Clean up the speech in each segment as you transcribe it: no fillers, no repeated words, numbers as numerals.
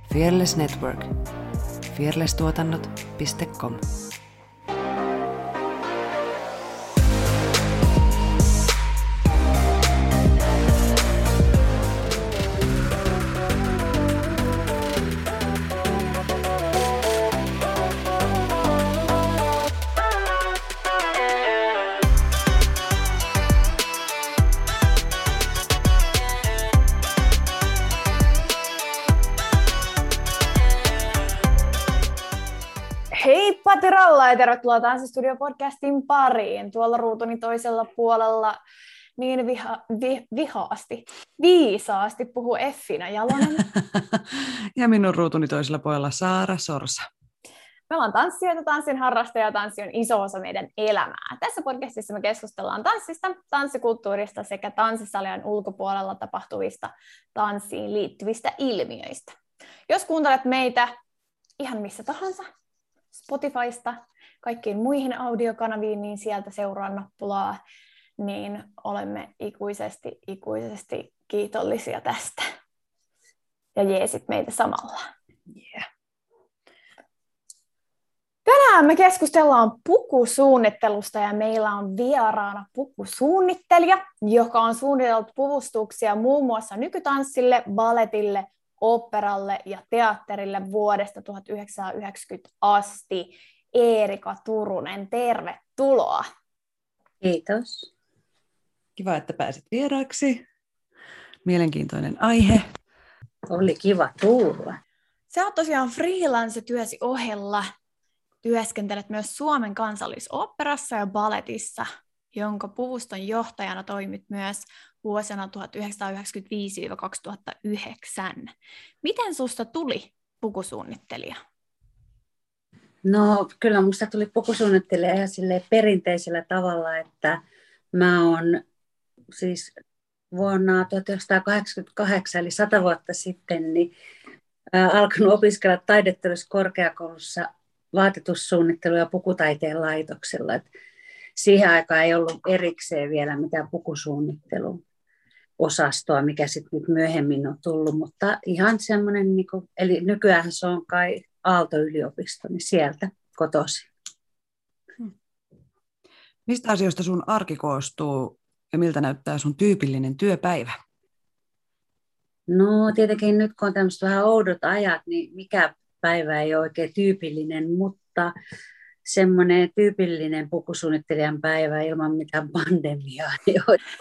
Fearless Network. fearlesstuotannot.com. Heippa Tyralla ja tervetuloa Tanssistudio-podcastin pariin. Tuolla ruutuni toisella puolella niin viisaasti puhuu Effina Jalonen. Ja minun ruutuni toisella puolella Saara Sorsa. Me ollaan tanssijoita, tanssin harrastajia ja tanssi on iso osa meidän elämää. Tässä podcastissa me keskustellaan tanssista, tanssikulttuurista sekä tanssisalien ulkopuolella tapahtuvista tanssiin liittyvistä ilmiöistä. Jos kuuntelet meitä ihan missä tahansa, Spotifysta kaikkiin muihin audiokanaviin, niin sieltä seuraa nappulaa, niin olemme ikuisesti kiitollisia tästä. Ja jeesit meitä samalla. Yeah. Tänään me keskustellaan pukusuunnittelusta ja meillä on vieraana pukusuunnittelija, joka on suunnitellut puvustuksia muun muassa nykytanssille, balletille, operalle ja teatterille vuodesta 1990 asti. Eerika Turunen, tervetuloa. Kiitos. Kiva, että pääsit vieraaksi. Mielenkiintoinen aihe. Oli kiva tulla. Sä oot tosiaan freelance-työsi ohella. Työskentelet myös Suomen kansallisoopperassa ja balletissa, jonka puvuston johtajana toimit myös vuosina 1995-2009. Miten susta tuli pukusuunnittelija? No kyllä musta tuli pukusuunnittelija ihan silleen perinteisellä tavalla, että mä oon siis vuonna 1988, eli 100 vuotta sitten, niin alkanut opiskella taideteollisessa korkeakoulussa vaatetussuunnittelu- ja pukutaiteen laitoksella. Et siihen aikaan ei ollut erikseen vielä mitään pukusuunnitteluosastoa, mikä sitten nyt myöhemmin on tullut, mutta ihan semmoinen, eli nykyään se on kai Aalto-yliopisto, niin sieltä kotoisin. Mistä asioista sun arki koostuu ja miltä näyttää sun tyypillinen työpäivä? No tietenkin nyt kun on tämmöiset vähän oudot ajat, niin mikä päivä ei ole oikein tyypillinen, mutta semmoinen tyypillinen pukusuunnittelijan päivä ilman mitään pandemiaa. Niin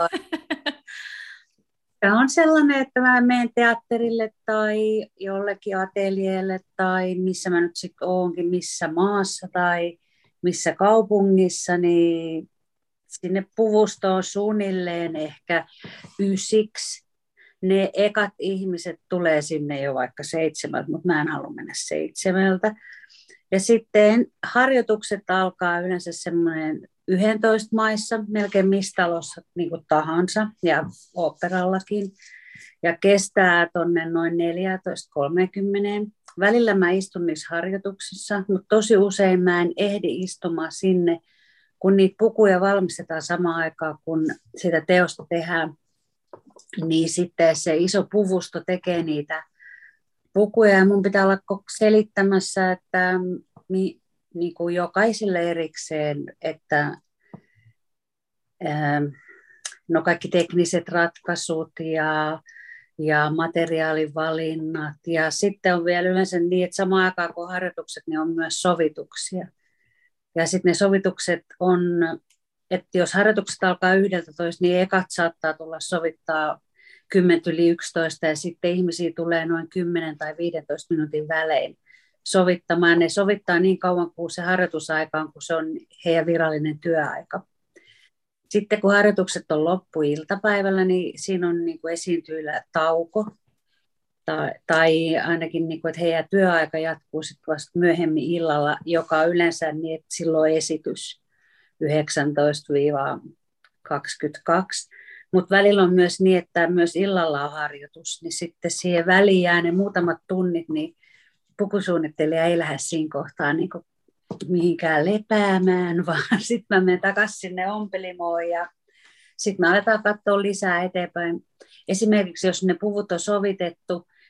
tämä on sellainen, että mä menen teatterille tai jollekin ateljeelle tai missä mä nyt sitten oonkin, missä maassa tai missä kaupungissa, niin sinne puvustoon suunnilleen ehkä 9. Ne ekat ihmiset tulee sinne jo vaikka 7, mutta mä en halua mennä 7. Ja sitten harjoitukset alkaa yleensä semmoinen 11 maissa, melkein missä talossa niin kuin tahansa, ja oopperallakin. Ja kestää tuonne noin 14.30. Välillä mä istun niissä harjoituksissa, mutta tosi usein mä en ehdi istumaan sinne, kun niitä pukuja valmistetaan samaan aikaan, kun sitä teosta tehdään. Niin sitten se iso puvusto tekee niitä pukuja ja mun pitää olla selittämässä, että niin kuin jokaiselle erikseen, että no kaikki tekniset ratkaisut ja materiaalivalinnat ja sitten on vielä yleensä niin, että samaan aikaan kuin harjoitukset, niin on myös sovituksia. Ja sitten ne sovitukset on, että jos harjoitukset alkaa 11, niin ekat saattaa tulla sovittaa 10:11 ja sitten ihmisiä tulee noin 10 tai 15 minuutin välein sovittamaan. Ne sovittaa niin kauan kuin se harjoitusaika on, kun se on heidän virallinen työaika. Sitten kun harjoitukset on loppuiltapäivällä, niin siinä on niin kuin esiintyjillä tauko. Tai ainakin, niin kuin, että heidän työaika jatkuu sitten vasta myöhemmin illalla, joka on yleensä niin, että silloin esitys 19-22. Mutta välillä on myös niin, että myös illalla on harjoitus, niin sitten siihen väliin jää ne muutamat tunnit, niin pukusuunnittelija ei lähde siinä kohtaa niin kuin mihinkään lepäämään, vaan sitten mä menen takaisin sinne ompelimoon ja sitten me aletaan katsoa lisää eteenpäin. Esimerkiksi jos ne puvut on sovitettu,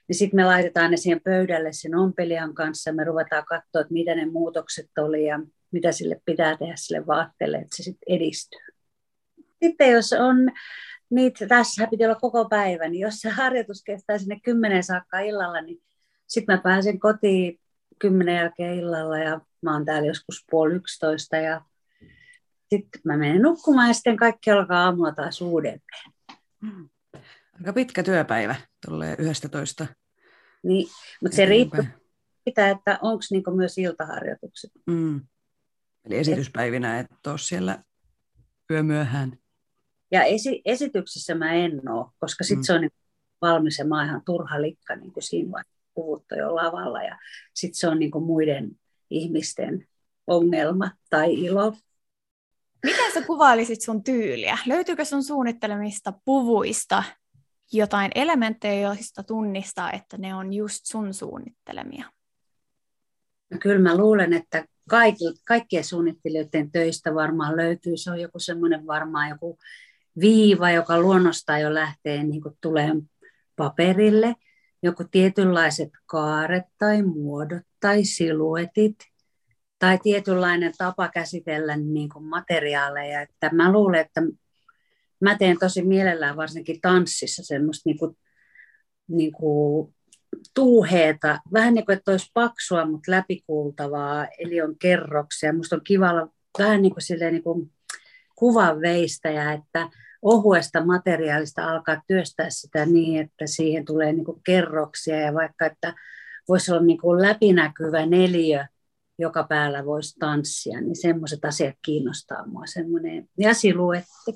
niin sitten me laitetaan ne siihen pöydälle sen ompelijan kanssa, me ruvetaan katsoa, että mitä ne muutokset oli ja mitä sille pitää tehdä sille vaatteelle, että se sitten edistyy. Sitten jos on niitä, tässä piti olla koko päivä, niin jos se harjoitus kestää sinne 10 saakka illalla, niin sitten mä pääsen kotiin 10 jälkeen illalla ja mä oon täällä joskus 10:30 ja sitten mä menen nukkumaan ja sitten kaikki alkaa aamulla taas uudelleen. Aika pitkä työpäivä, tulee 11. Niin, mutta se riippuu siitä, että onko niinku myös iltaharjoitukset. Eli esityspäivinä et ole siellä yömyöhään. Ja esityksissä mä en ole, koska sitten se on niin valmis ja mä oon ihan turha likka niin kuin siinä vaiheessa puhuttu jo lavalla. Ja sitten se on niin kuin muiden ihmisten ongelma tai ilo. Miten sä kuvailisit sun tyyliä? Löytyykö sun suunnittelemista puvuista jotain elementtejä, joista tunnistaa, että ne on just sun suunnittelemia? No kyllä mä luulen, että kaikkien suunnittelijoiden töistä varmaan löytyy. Se on joku semmoinen varmaan joku viiva, joka luonnostaan jo lähtee niin kuin tulee paperille. Joku tietynlaiset kaaret tai muodot tai siluetit tai tietynlainen tapa käsitellä niin kuin materiaaleja. Että mä luulen, että mä teen tosi mielellään varsinkin tanssissa semmoista niin kuin tuuheeta, vähän niin kuin, että olisi paksua, mutta läpikuultavaa, eli on kerroksia. Musta on kiva olla vähän niin kuin, silleen, niin kuin kuvanveistäjä, että ohuesta materiaalista alkaa työstää sitä niin, että siihen tulee niin kuin kerroksia ja vaikka, että voisi olla niin kuin läpinäkyvä neliö, joka päällä voisi tanssia, niin semmoiset asiat kiinnostaa mua. Semmoinen, ja siluetti.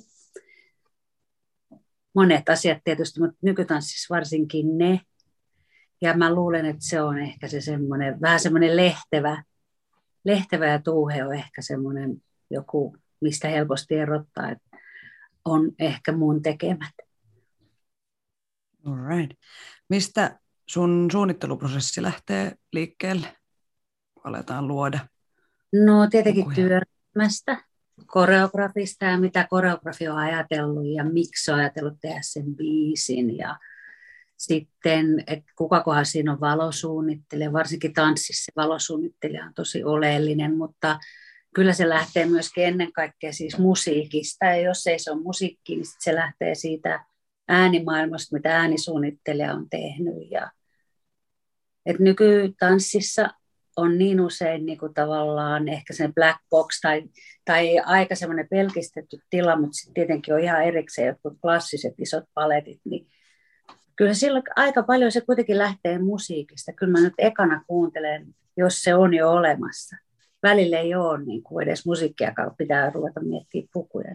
Monet asiat tietysti, mutta nykytanssissa varsinkin ne. Ja mä luulen, että se on ehkä se semmoinen, vähän semmoinen lehtevä ja tuuhe on ehkä semmoinen joku, mistä helposti erottaa, että on ehkä mun tekemät. All right. Mistä sun suunnitteluprosessi lähtee liikkeelle, kun aletaan luoda? No tietenkin työryhmästä, koreografista ja mitä koreografi on ajatellut ja miksi on ajatellut tehdä sen biisin ja sitten, että kukakohan siinä on valosuunnittelija, varsinkin tanssissa valosuunnittelija on tosi oleellinen, mutta kyllä se lähtee myöskin ennen kaikkea siis musiikista, ja jos ei se ole musiikki, niin se lähtee siitä äänimaailmasta, mitä äänisuunnittelija on tehnyt. Ja, että nykytanssissa on niin usein niin kuin tavallaan ehkä se black box tai aika semmoinen pelkistetty tila, mutta sitten tietenkin on ihan erikseen jotkut klassiset isot paletit, niin kyllä silloin aika paljon se kuitenkin lähtee musiikista. Kyllä mä nyt ekana kuuntelen, jos se on jo olemassa. Välillä ei ole niin kuin edes musiikkia, kun pitää ruveta miettimään pukuja.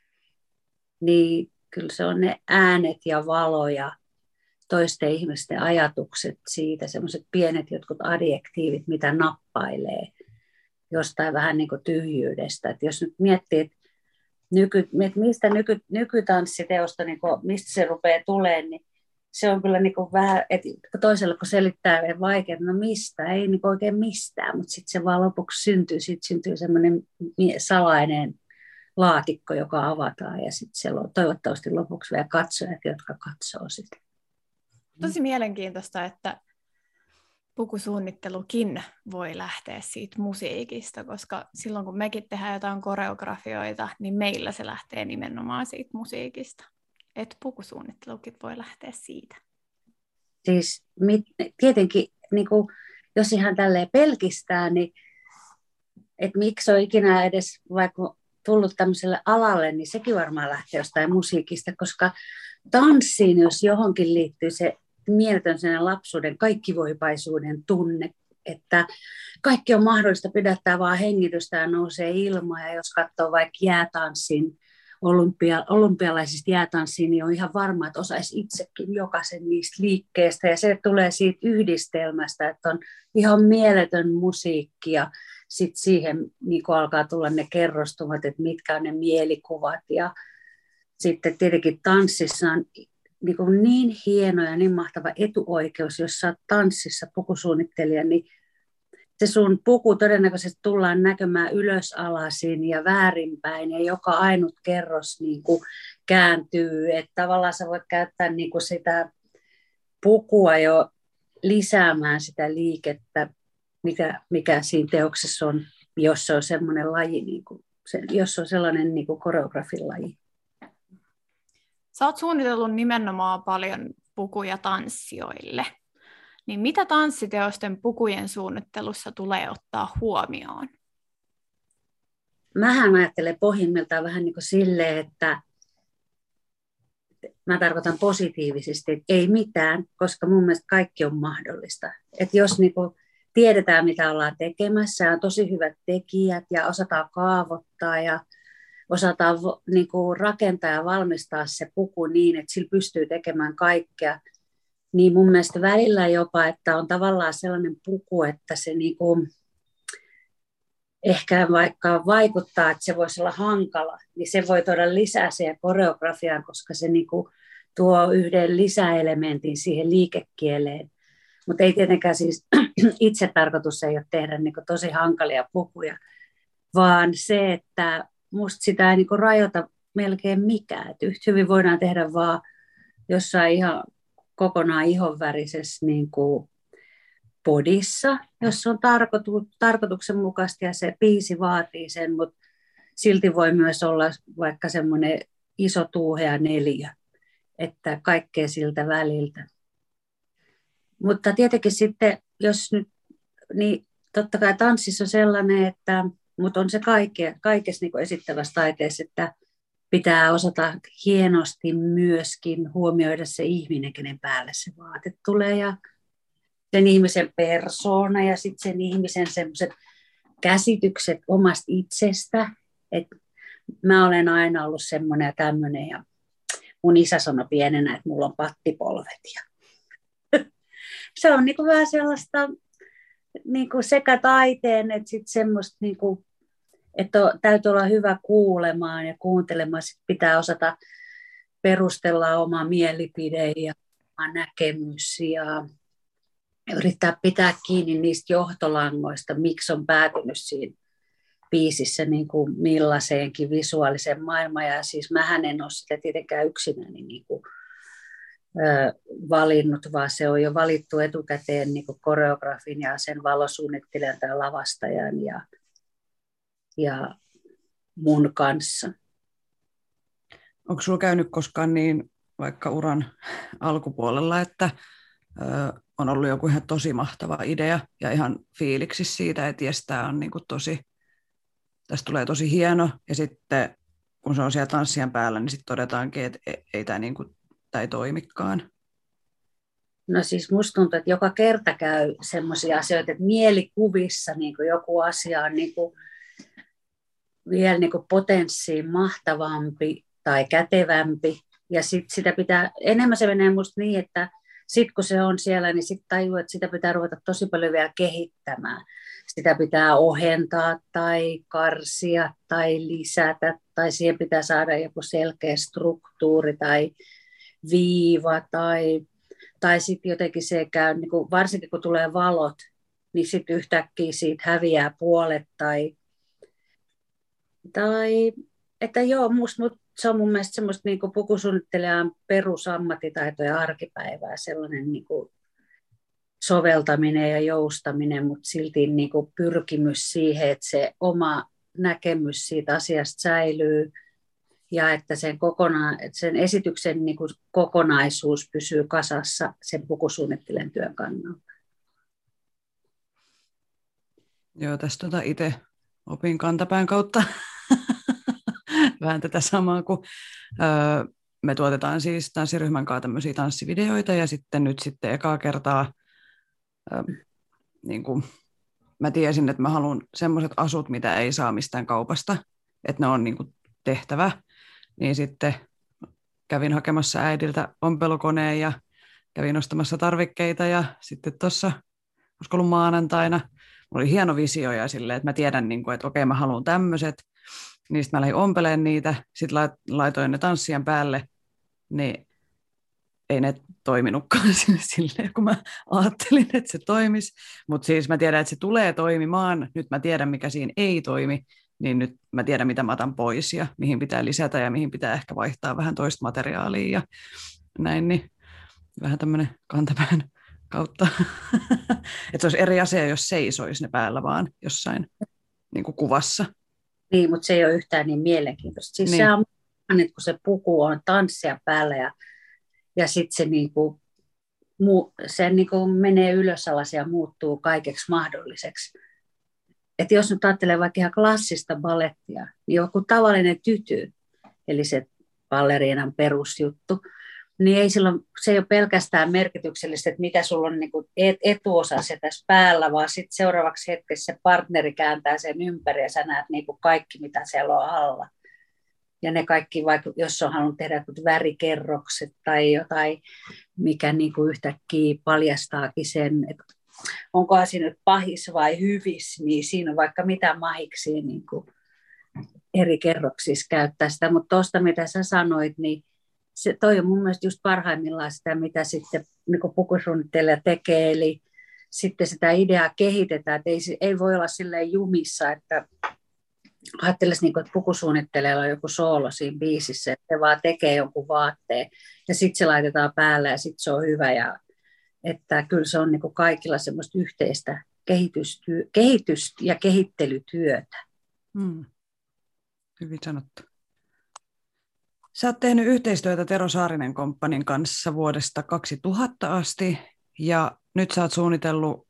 Niin kyllä se on ne äänet ja valo ja toisten ihmisten ajatukset siitä, semmoiset pienet jotkut adjektiivit, mitä nappailee jostain vähän niin kuin tyhjyydestä. Et jos nyt miettii, että mistä nykytanssiteosta, niin mistä se rupeaa tulemaan, niin se on kyllä niin kuin vähän, että toiselle kun selittää vaikea, no mistä, ei niin oikein mistään, mutta sitten se vaan lopuksi syntyy semmoinen salainen laatikko, joka avataan ja sitten siellä on toivottavasti lopuksi vielä katsojat, jotka katsoo sitä. Tosi mielenkiintoista, että pukusuunnittelukin voi lähteä siitä musiikista, koska silloin kun mekin tehdään jotain koreografioita, niin meillä se lähtee nimenomaan siitä musiikista. Että pukusuunnittelukin voi lähteä siitä. Siis tietenkin, niin kuin, jos ihan tälleen pelkistää, niin että miksi on ikinä edes vaikka tullut tämmöiselle alalle, niin sekin varmaan lähtee jostain musiikista, koska tanssiin, jos johonkin liittyy se mieletön sen lapsuuden kaikkivoipaisuuden tunne, että kaikki on mahdollista pidättää vaan hengitystä ja nousee ilmaan, ja jos katsoo vaikka jäätanssin, olympialaisista jäätanssiin, niin on ihan varma, että osaisi itsekin jokaisen niistä liikkeestä. Ja se tulee siitä yhdistelmästä, että on ihan mieletön musiikki ja sitten siihen niin alkaa tulla ne kerrostumat, että mitkä on ne mielikuvat. Ja sitten tietenkin tanssissa on niin hieno ja niin mahtava etuoikeus, jos sä oot tanssissa pukusuunnittelija, niin se sun puku todennäköisesti tullaan näkemään ylösalaisin ja väärinpäin ja joka ainut kerros niin kuin kääntyy. Että tavallaan sä voit käyttää niin kuin sitä pukua jo lisäämään sitä liikettä, mikä siinä teoksessa on, jos se on semmoinen laji, niin kuin, jos se on sellainen niin kuin koreografin laji. Sä oot suunnitellut nimenomaan paljon pukuja tanssijoille. Niin mitä tanssiteosten pukujen suunnittelussa tulee ottaa huomioon? Mähän ajattelen pohjimmiltaan vähän niin kuin silleen, että mä tarkoitan positiivisesti, että ei mitään, koska mun mielestä kaikki on mahdollista. Että jos niin kuin tiedetään, mitä ollaan tekemässä, ja on tosi hyvät tekijät ja osataan kaavoittaa ja osataan niin kuin rakentaa ja valmistaa se puku niin, että sillä pystyy tekemään kaikkea, niin mun mielestä välillä jopa, että on tavallaan sellainen puku, että se niin kuin ehkä vaikka vaikuttaa, että se voisi olla hankala, niin se voi tuoda lisää siihen koreografiaan, koska se niin kuin tuo yhden lisäelementin siihen liikekieleen. Mutta ei tietenkään siis itse tarkoitus ei ole tehdä niin kuin tosi hankalia pukuja, vaan se, että musta sitä ei niin kuin rajoita melkein mikään. Et yhtä hyvin voidaan tehdä vaan jossain ihan kokonaan ihonvärisessä niin kuin podissa, jos on tarkoituksenmukaista ja se biisi vaatii sen, mutta silti voi myös olla vaikka semmoinen iso tuuhea neliö, että kaikkea siltä väliltä. Mutta tietenkin sitten, jos nyt, niin totta kai tanssissa on sellainen, että, mutta on se kaikessa niin kuin esittävässä taiteessa, että pitää osata hienosti myöskin huomioida se ihminen, kenen päälle se vaate tulee ja sen ihmisen persoona ja sitten sen ihmisen semmoiset käsitykset omasta itsestä. Et mä olen aina ollut semmoinen ja tämmöinen ja mun isä sanoi pienenä, että mulla on pattipolvet. Ja se on niinku vähän sellaista niinku sekä taiteen että sitten semmoista, niinku, että täytyy olla hyvä kuulemaan ja kuuntelemaan. Sit pitää osata perustella oma mielipide ja oma näkemys ja yrittää pitää kiinni niistä johtolangoista, miksi on päätynyt siinä biisissä niin kuin millaiseenkin visuaaliseen maailmaan. Ja siis mähän en ole sitä tietenkään yksinäni niin kuin, valinnut, vaan se on jo valittu etukäteen niin kuin koreografin ja sen valosuunnittelijan tai lavastajan ja mun kanssa. Onko sulla käynyt koskaan niin vaikka uran alkupuolella, että on ollut joku ihan tosi mahtava idea ja ihan fiiliksi siitä, että jes, tämä on niinku tästä tulee tosi hieno ja sitten kun se on siellä tanssijan päällä, niin sitten todetaankin, että ei tämä niinku, ei toimikaan. No siis musta tuntuu, että joka kerta käy semmoisia asioita, että mielikuvissa niin kuin joku asia on niin kuin vielä niin kuin potenssiin mahtavampi tai kätevämpi ja sitten sitä pitää, enemmän se menee musta niin, että sitten kun se on siellä, niin sitten tajuu, että sitä pitää ruveta tosi paljon vielä kehittämään. Sitä pitää ohentaa tai karsia tai lisätä tai siihen pitää saada joku selkeä struktuuri tai viiva tai sitten jotenkin se käy, niin kun, varsinkin kun tulee valot, niin sitten yhtäkkiä siitä häviää puolet tai että joo, se on mun mielestä semmoista niin kuin pukusuunnittelijan perusammattitaito ja arkipäivää, sellainen niin kuin soveltaminen ja joustaminen, mutta silti niin kuin pyrkimys siihen, että se oma näkemys siitä asiasta säilyy ja että sen esityksen niin kuin kokonaisuus pysyy kasassa sen pukusuunnittelijan työn kannalta. Joo, tästä itse opin kantapään kautta vähän tätä samaa, kun me tuotetaan siis tanssiryhmän kanssa tämmöisiä tanssivideoita ja sitten nyt ekaa kertaa niin kuin mä tiesin, että mä haluan semmoiset asut, mitä ei saa mistään kaupasta, että ne on niin kuin tehtävä, niin sitten kävin hakemassa äidiltä ompelukoneen ja kävin ostamassa tarvikkeita ja sitten tuossa, olisiko ollut maanantaina, mulla oli hieno visio ja silleen, että mä tiedän, niin kuin, että okei, mä haluan tämmöiset, niin sitten mä lähdin ompeleen niitä, sitten laitoin ne tanssijan päälle, niin ei ne toiminutkaan silleen, kun mä ajattelin, että se toimisi. Mutta siis mä tiedän, että se tulee toimimaan, nyt mä tiedän, mikä siinä ei toimi, niin nyt mä tiedän, mitä mä otan pois ja mihin pitää lisätä ja mihin pitää ehkä vaihtaa vähän toista materiaalia ja näin, niin vähän tämmöinen kantapään kautta. Että se olisi eri asia, jos seisoisi ne päällä vaan jossain niin kuin kuvassa. Niin, mutta se ei ole yhtään niin mielenkiintoista. Siis Niin. sehän on, kun se puku on tanssia päällä ja sitten se, niinku, se niinku menee ylös alas ja muuttuu kaikeksi mahdolliseksi. Et jos nyt ajattelee vaikka ihan klassista ballettia, niin joku tavallinen tyty, eli se balleriinan perusjuttu, niin ei silloin, se ei ole pelkästään merkityksellistä, että mitä sulla on niinku etuosa se tässä päällä, vaan sitten seuraavaksi hetkessä se partneri kääntää sen ympäri ja sä näet niinku kaikki, mitä siellä on alla. Ja ne kaikki, vaikka jos on halunnut tehdä värikerrokset tai jotain, mikä niinku yhtäkkiä paljastaakin sen, että onkohan siinä nyt pahis vai hyvis, niin siinä on vaikka mitä mahiksia niinku eri kerroksissa käyttää sitä. Mutta tuosta, mitä sä sanoit, niin toi on mun mielestä just parhaimmillaan sitä, mitä sitten niin pukusuunnittelija tekee, eli sitten sitä ideaa kehitetään, että ei voi olla silleen jumissa, että ajattelisi, niin kuin, että pukusuunnittelijalla on joku soolo siinä biisissä, että se vaan tekee jonkun vaatteen, ja sitten se laitetaan päälle, ja sitten se on hyvä, ja että kyllä se on niin kuin kaikilla semmoista yhteistä kehitys- ja kehittelytyötä. Hyvin sanottu. Sä oot tehnyt yhteistyötä Tero Saarinen Company kanssa vuodesta 2000 asti, ja nyt sä oot suunnitellut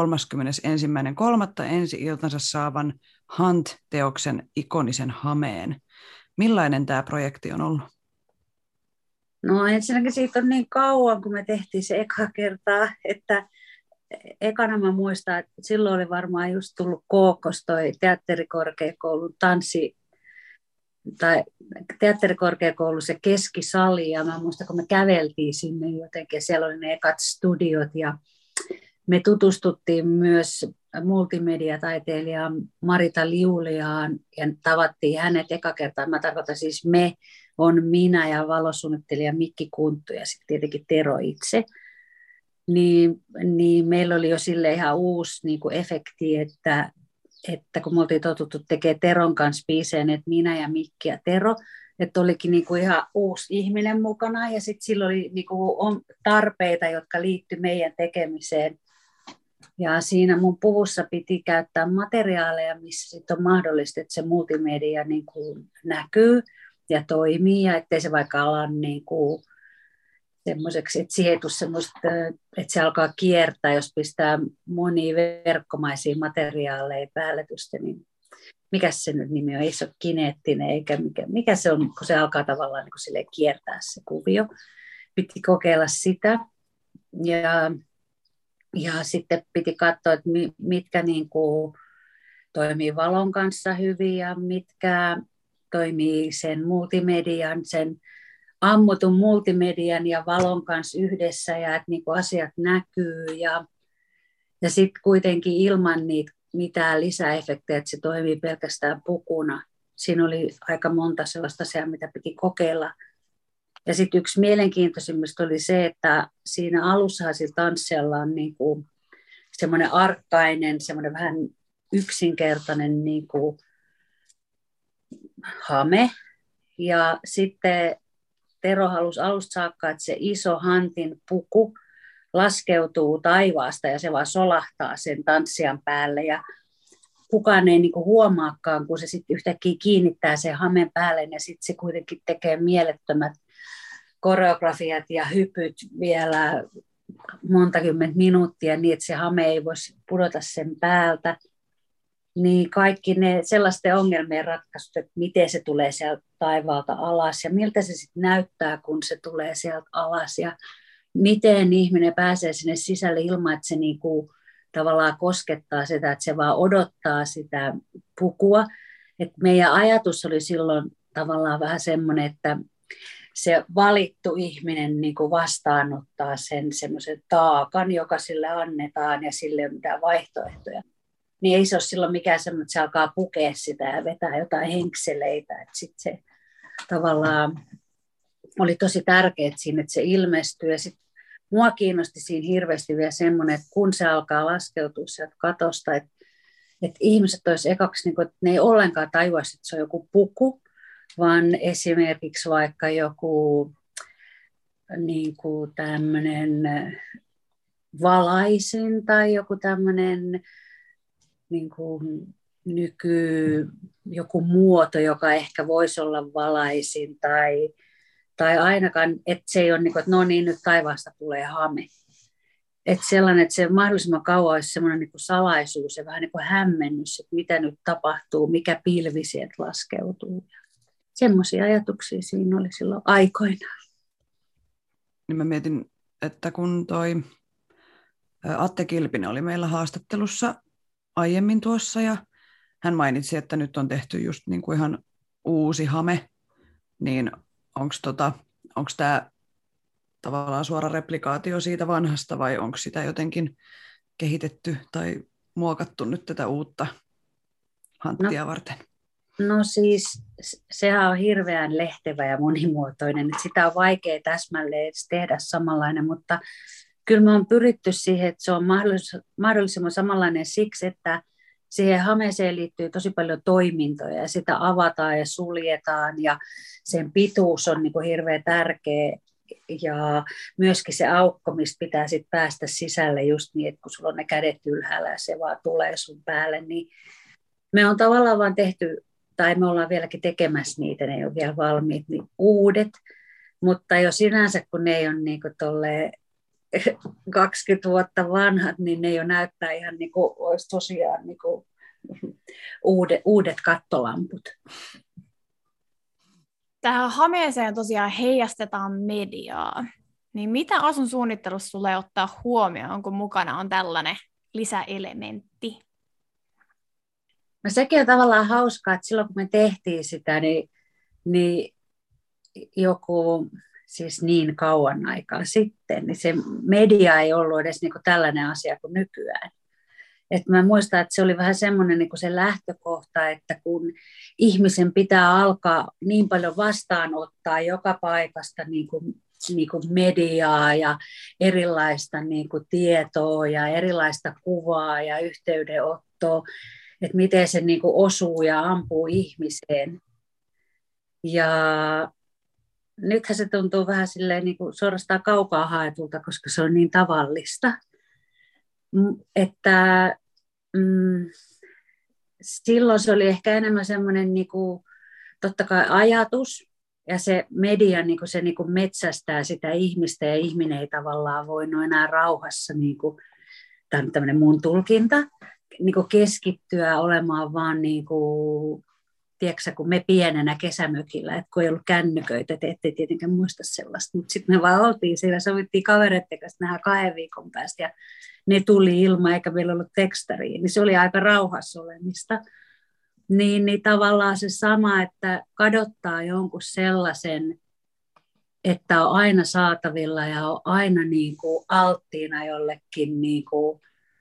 31.3. ensi-iltansa saavan Hunt-teoksen Ikonisen hameen. Millainen tämä projekti on ollut? No ensinnäkin siitä on niin kauan, kun me tehtiin se eka kertaa, että ekana mä muistan, että silloin oli varmaan just tullut Kookos toi teatterikorkeakoulun tanssi, tai teatterikorkeakoulu se keskisali, ja mä muistan, kun me käveltiin sinne jotenkin, siellä oli ne ekat studiot, ja me tutustuttiin myös multimediataiteilijaan Marita Liuliaan, ja tavattiin hänet eka kertaa, mä tarkoitan siis on minä ja valosuunnittelija Mikki Kunttu, ja sitten tietenkin Tero itse, niin meillä oli jo sille ihan uusi niin kuin efekti, että kun me oltiin totuttu tekemään Teron kanssa biiseen, että minä ja Mikki ja Tero, että olikin niin kuin ihan uusi ihminen mukana, ja sitten sillä oli niin kuin tarpeita, jotka liittyi meidän tekemiseen. Ja siinä mun puvussa piti käyttää materiaaleja, missä sitten on mahdollista, että se multimedia niin kuin näkyy ja toimii, ja ettei se vaikka ala niin kuin semmoiseksi, että siihen ei tule semmoista, että se alkaa kiertää, jos pistää monia verkkomaisia materiaaleja päälletystä, niin mikä se nyt nimi on? Ei se ole kineettinen, eikä mikä se on, kun se alkaa tavallaan niin kuin kiertää se kuvio. Piti kokeilla sitä, ja sitten piti katsoa, että mitkä niin kuin toimii valon kanssa hyvin, ja mitkä toimii sen multimedian, sen ammutun multimedian ja valon kanssa yhdessä, ja että niin kuin asiat näkyy, ja sitten kuitenkin ilman niitä mitään lisäefektejä, että se toimii pelkästään pukuna. Siinä oli aika monta sellaista asiaa, mitä piti kokeilla. Ja sitten yksi mielenkiintoisimmista oli se, että siinä alussahan sillä tanssijalla on niin kuin semmoinen arkkainen, semmoinen vähän yksinkertainen niin kuin hame, ja sitten Tero halusi alusta saakka, että se iso Huntin puku laskeutuu taivaasta ja se vaan solahtaa sen tanssijan päälle. Ja kukaan ei niinku huomaakaan, kun se sitten yhtäkkiä kiinnittää sen hamen päälle ja sitten se kuitenkin tekee mielettömät koreografiat ja hypyt vielä monta kymmentä minuuttia niin, että se hame ei voisi pudota sen päältä. Niin kaikki ne sellaisten ongelmien ratkaisut, että miten se tulee sieltä taivaalta alas ja miltä se sitten näyttää, kun se tulee sieltä alas ja miten ihminen pääsee sinne sisälle ilman, että se niinku tavallaan koskettaa sitä, että se vaan odottaa sitä pukua. Et meidän ajatus oli silloin tavallaan vähän semmoinen, että se valittu ihminen niinku vastaanottaa sen semmoisen taakan, joka sille annetaan ja sille ei ole mitään vaihtoehtoja. Niin ei se ole silloin mikään semmoinen, että se alkaa pukea sitä ja vetää jotain henkseleitä. Että sitten se tavallaan oli tosi tärkeää siinä, että se ilmestyy. Ja sitten mua kiinnosti siinä hirveästi vielä semmoinen, että kun se alkaa laskeutua sieltä katosta, että ihmiset olisi ekaksi, niin kuin, että ne ei ollenkaan tajuaisi, että se on joku puku, vaan esimerkiksi vaikka joku niin kuin tämmöinen valaisin tai joku tämmöinen niin kuin joku muoto, joka ehkä voisi olla valaisin tai ainakaan, että se ei ole niin kuin, että no niin, nyt taivaasta tulee hame. Että sellainen, että se mahdollisimman kauan olisi semmoinen niin kuin salaisuus ja vähän niin kuin hämmennys, että mitä nyt tapahtuu, mikä pilvi sieltä laskeutuu. Semmoisia ajatuksia siinä oli silloin aikoinaan. Niin mä mietin, että kun toi Atte Kilpinen oli meillä haastattelussa aiemmin tuossa ja hän mainitsi, että nyt on tehty just niin kuin ihan uusi hame, niin onko tämä tavallaan suora replikaatio siitä vanhasta vai onko sitä jotenkin kehitetty tai muokattu nyt tätä uutta hanttia varten? No siis sehän on hirveän lehtevä ja monimuotoinen, että sitä on vaikea täsmälleen edes tehdä samanlainen, mutta kyllä me on pyritty siihen, että se on mahdollisimman samanlainen siksi, että siihen hameeseen liittyy tosi paljon toimintoja ja sitä avataan ja suljetaan ja sen pituus on niin kuin hirveän tärkeä ja myöskin se aukko, mistä pitää sit päästä sisälle just niin, että kun sulla on ne kädet ylhäällä ja se vaan tulee sun päälle, niin me on tavallaan vaan tehty, tai me ollaan vieläkin tekemässä niitä, ne ei ole vielä valmiit, niin uudet, mutta jo sinänsä kun ne ei ole niin kuin tolleen 20 vuotta vanhat, niin ne jo näyttää ihan niin kuin olisi tosiaan niin kuin uudet kattolamput. Tähän hameeseen tosiaan heijastetaan mediaa. Niin mitä asun suunnittelussa tulee ottaa huomioon, kun mukana on tällainen lisäelementti? No sekin on tavallaan hauskaa, että silloin kun me tehtiin sitä, niin joku siis niin kauan aikaa sitten, niin se media ei ollut edes niin kuin tällainen asia kuin nykyään. Et mä muistan, että se oli vähän semmoinen niin kuin se lähtökohta, että kun ihmisen pitää alkaa niin paljon vastaanottaa joka paikasta niin kuin mediaa ja erilaista niin kuin tietoa ja erilaista kuvaa ja yhteydenottoa, että miten se niin kuin osuu ja ampuu ihmiseen. Ja nythän se tuntuu vähän silleen niin kuin suorastaan kaukaa haetulta, koska se on niin tavallista. Että silloin se oli ehkä enemmän semmoinen niin kuin, totta kai ajatus, ja se media niin kuin se niin kuin metsästää sitä ihmistä, ja ihminen ei tavallaan voinut enää rauhassa, niin kuin, tämä on tämmöinen mun tulkinta, niin kuin keskittyä olemaan vaan niin kuin, tiedätkö, kun me pienenä kesämökillä, että kun ei ollut kännyköitä, te ette tietenkään muista sellaista, mutta sitten me vaan oltiin siellä, sovittiin kavereiden kanssa nähdä 2 viikon päästä, ja ne tuli ilman, eikä meillä ollut tekstariin, niin se oli aika rauhassa olemista. Niin tavallaan se sama, että kadottaa jonkun sellaisen, että on aina saatavilla ja on aina niin kuin alttiina jollekin, niin kuin,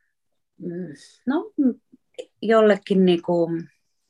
jollekin niin kuin,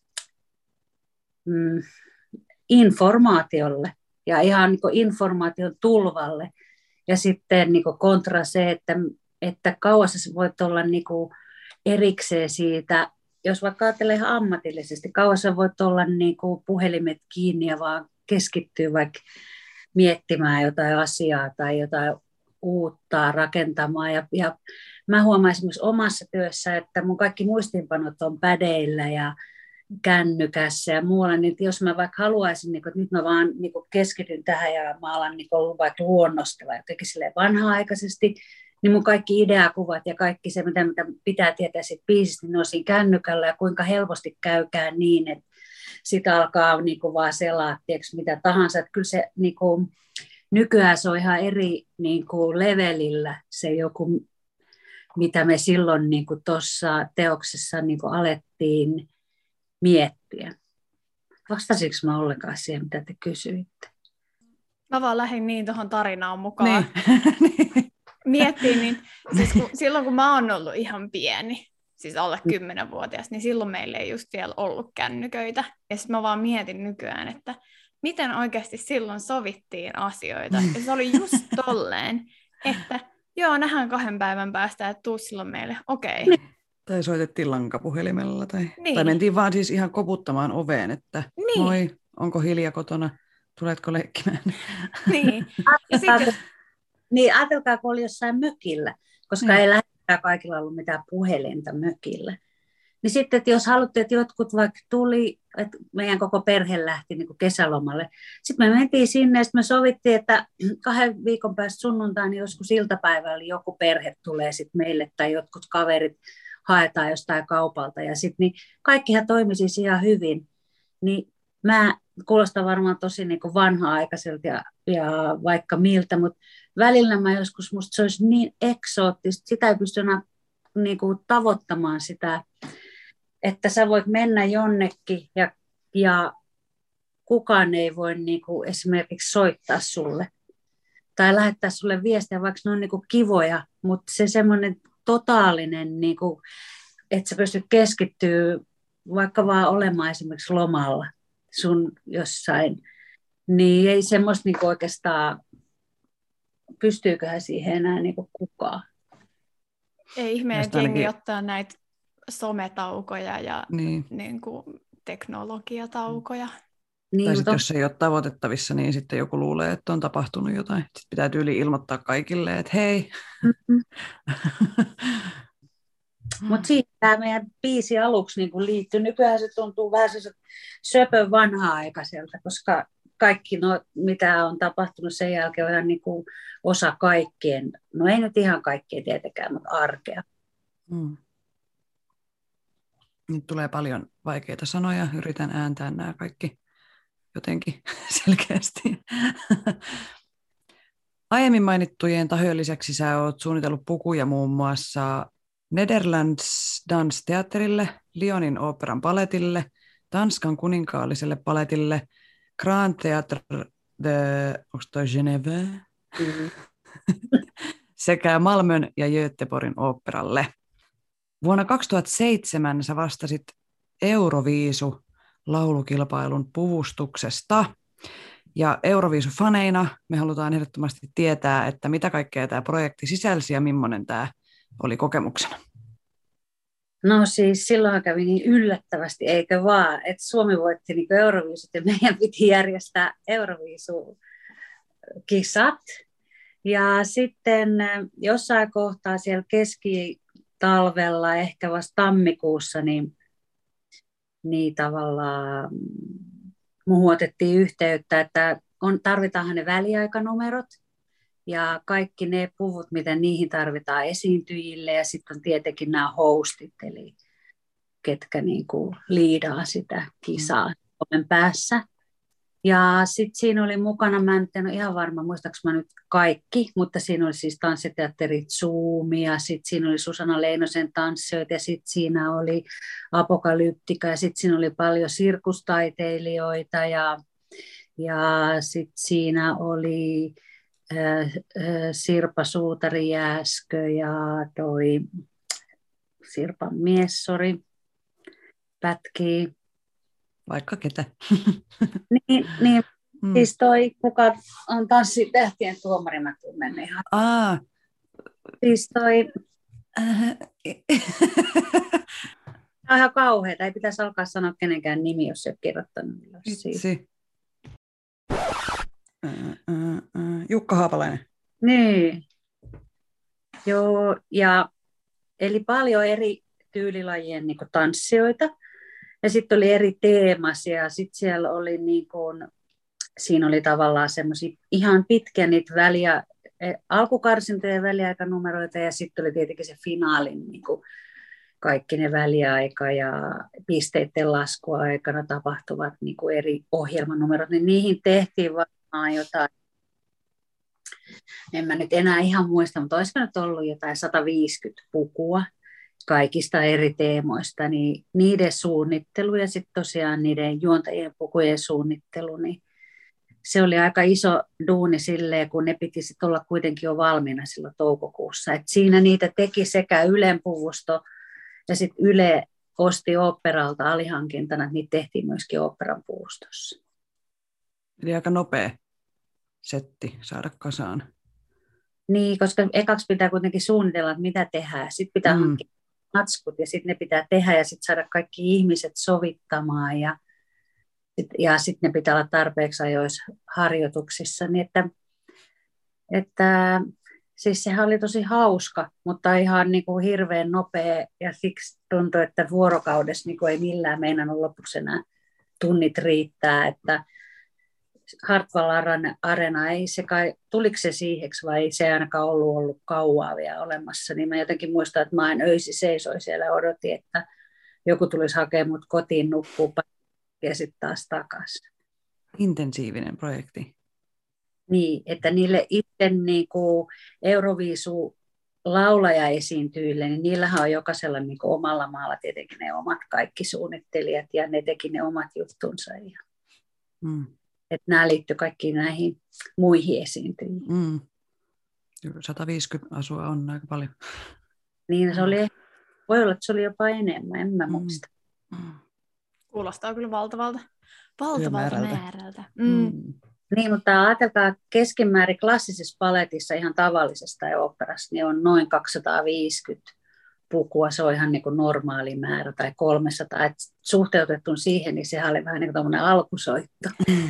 informaatiolle ja ihan niin kuin informaation tulvalle. Ja sitten niin kuin kontra se, että kauas sä voit olla niin kuin erikseen siitä, jos vaikka ajattelee ihan ammatillisesti, kauas sä voit olla niin kuin puhelimet kiinni ja vaan keskittyä vaikka miettimään jotain asiaa tai jotain uutta rakentamaan. Ja mä huomaan esimerkiksi omassa työssä, että mun kaikki muistiinpanot on pädeillä ja kännykässä ja muualla, niin jos mä vaikka haluaisin, että nyt mä vaan keskityn tähän ja mä alan vaikka luonnostella jotenkin silleen vanha-aikaisesti, niin mun kaikki ideakuvat ja kaikki se, mitä pitää tietää siitä biisistä, niin ne on siinä kännykällä ja kuinka helposti käykään niin, että sitä alkaa vaan selaa, mitä tahansa. Että kyllä se nykyään se on ihan eri levelillä se joku, mitä me silloin tuossa teoksessa alettiin miettiä. Vastasiko mä ollenkaan siihen, mitä te kysyitte? Mä vaan lähdin niin tuohon tarinaan mukaan. Niin. Miettiin, niin siis silloin kun mä oon ollut ihan pieni, siis alle 10-vuotias, niin silloin meillä ei just vielä ollut kännyköitä. Ja sitten mä vaan mietin nykyään, että miten oikeasti silloin sovittiin asioita. Ja se oli just tolleen, että joo, nähdään 2 päivän päästä, että tuu silloin meille, okei. Okay. Tai soitettiin lankapuhelimella tai mentiin vaan siis ihan koputtamaan oveen, että moi, onko Hilja kotona, tuletko leikkimään? Niin. Niin ajatelkaa, kun oli jossain mökillä, koska ei läheskään kaikilla ollut mitään puhelinta mökillä. Niin sitten, että jos haluttiin, että jotkut vaikka tuli, että meidän koko perhe lähti niin kuin kesälomalle. Sitten me mentiin sinne ja sitten me sovittiin, että 2 viikon päästä sunnuntaina niin joskus iltapäivällä joku perhe tulee sitten meille tai jotkut kaverit haetaan jostain kaupalta. Ja sitten niin kaikkihan toimi siis ihan hyvin. Niin mä kuulostan varmaan tosi niin kuin vanha-aikaiselta ja vaikka miltä, mutta välillä mä joskus, musta se olisi niin eksoottista, sitä ei pysty enää niin kuin tavoittamaan sitä, että sä voit mennä jonnekin ja kukaan ei voi niin kuin esimerkiksi soittaa sulle tai lähettää sulle viestiä, vaikka ne on niin kuin kivoja, mutta se semmoinen totaalinen, niin kuin, että sä pystyt keskittyä vaikka vaan olemaan esimerkiksi lomalla sun jossain, niin ei semmoista niin kuin oikeastaan, pystyyköhän siihen enää niin kuin kukaan. Ei ihme, että jengi ottaa näitä sometaukoja ja niin kuin teknologiataukoja. Niin, tai sitten jos ei ole tavoitettavissa, niin sitten joku luulee, että on tapahtunut jotain. Sitten pitää tyyliin ilmoittaa kaikille, että hei. Mutta siitä tämä meidän biisi aluksi niin liittyy. Nykyään se tuntuu vähän söpön vanha-aikaiselta, koska kaikki, mitä on tapahtunut sen jälkeen, on niin kuin osa kaikkien, no ei nyt ihan kaikkien tietenkään, mutta arkea. Nyt tulee paljon vaikeita sanoja. Yritän ääntää nämä kaikki jotenkin selkeästi. Aiemmin mainittujen tahojen lisäksi sä oot suunnitellut pukuja muun muassa Nederlands Dansteatterille, Lyonin oopperan paletille, Tanskan kuninkaalliselle paletille, Grand Theatre de Genève sekä Malmön ja Göteborgin oopperalle. Vuonna 2007 sä vastasit Euroviisu-laulukilpailun puvustuksesta. Ja Euroviisu-faneina me halutaan ehdottomasti tietää, että mitä kaikkea tämä projekti sisälsi ja millainen tämä oli kokemuksena. No siis silloin kävi niin yllättävästi, eikö vaan, että Suomi voitti niin Euroviisut ja meidän piti järjestää Euroviisu-kisat. Ja sitten jossain kohtaa siellä keskitalvella, ehkä vasta tammikuussa, niin tavallaan muuhun otettiin yhteyttä, että tarvitaanhan ne väliaikanumerot ja kaikki ne puvut, mitä niihin tarvitaan esiintyjille ja sitten on tietenkin nämä hostit, eli ketkä niin kuin liidaa sitä kisaa Suomen päässä. Ja sitten siinä oli mukana, mä en ole ihan varma, muistaaks mä nyt kaikki, mutta siinä oli siis tanssiteatteri Zoom ja sitten siinä oli Susanna Leinosen tanssijoita ja sitten siinä oli Apokalyptika ja sitten siinä oli paljon sirkustaiteilijoita ja sitten siinä oli Sirpa Suutari-Jääskö ja toi Sirpan mies, pätkii. Vaikka ketä. Niin siis toi, kuka on tanssitähtien tuomari, mä tunnen ihan. Siis toi, on ihan kauheeta, ei pitäisi alkaa sanoa kenenkään nimi, jos ei ole kirjoittanut. Jukka Haapalainen. Niin. Joo, ja eli paljon eri tyylilajien niin kuin tanssijoita. Ja sitten oli eri teemasia. Sitten siellä oli niin kuin, siinä oli tavallaan semmoisia ihan pitkiä niitä alkukarsintojen väliaikanumeroita ja sitten oli tietenkin se finaalin niin kuin kaikki ne väliaika ja pisteiden laskuaikana tapahtuvat niin kuin eri ohjelmanumerot, niin niihin tehtiin varmaan jotain, en mä nyt enää ihan muista, mutta olisiko nyt ollut jotain 150 pukua kaikista eri teemoista, niin niiden suunnittelu ja sitten tosiaan niiden juontajien pukujen suunnittelu, niin se oli aika iso duuni silleen, kun ne piti sitten olla kuitenkin jo valmiina silloin toukokuussa. Et siinä niitä teki sekä Ylen puvusto ja sitten Yle osti oopperalta alihankintana, että niitä tehtiin myöskin oopperan puvustossa. Eli aika nopea setti saada kasaan. Niin, koska ekaksi pitää kuitenkin suunnitella, että mitä tehdään. Sitten pitää hankkia matskut ja sitten ne pitää tehdä ja sitten saada kaikki ihmiset sovittamaan ja sitten ne pitää olla tarpeeksi ajoissa harjoituksissa. Niin että siis sehän oli tosi hauska, mutta ihan niin kuin hirveän nopea ja siksi tuntui, että vuorokaudessa niin kuin ei millään meinannut lopuksi enää tunnit riittää, että Hartwall Arena, ei se kai, tuliko se siiheksi vai ei se ainakaan ollut kauaa vielä olemassa, niin mä jotenkin muistan, että mä en öisi seisoi siellä ja odotin, että joku tulisi hakemaan mut kotiin nukkuu ja sitten taas takaisin. Intensiivinen projekti. Niin, että niille itse niin kuin Euroviisu laulajaesiintyjille, niin niillähän on jokaisella niin kuin omalla maalla tietenkin ne omat kaikki suunnittelijat ja ne teki ne omat juttunsa. Että nämä liittyy kaikkiin näihin muihin esiintyjiin. 150 asua on aika paljon. Niin se oli, voi olla, että se oli jopa enemmän, en mä muista. Kuulostaa kyllä valtavalta määrältä. Niin, mutta ajatelkaa keskimäärin klassisessa paletissa ihan tavallisesta oopperassa, niin on noin 250 pukua, se on ihan niin kuin normaali määrä, tai 300. Et suhteutettu siihen, niin sehän oli vähän niin kuin tommoinen alkusoitto.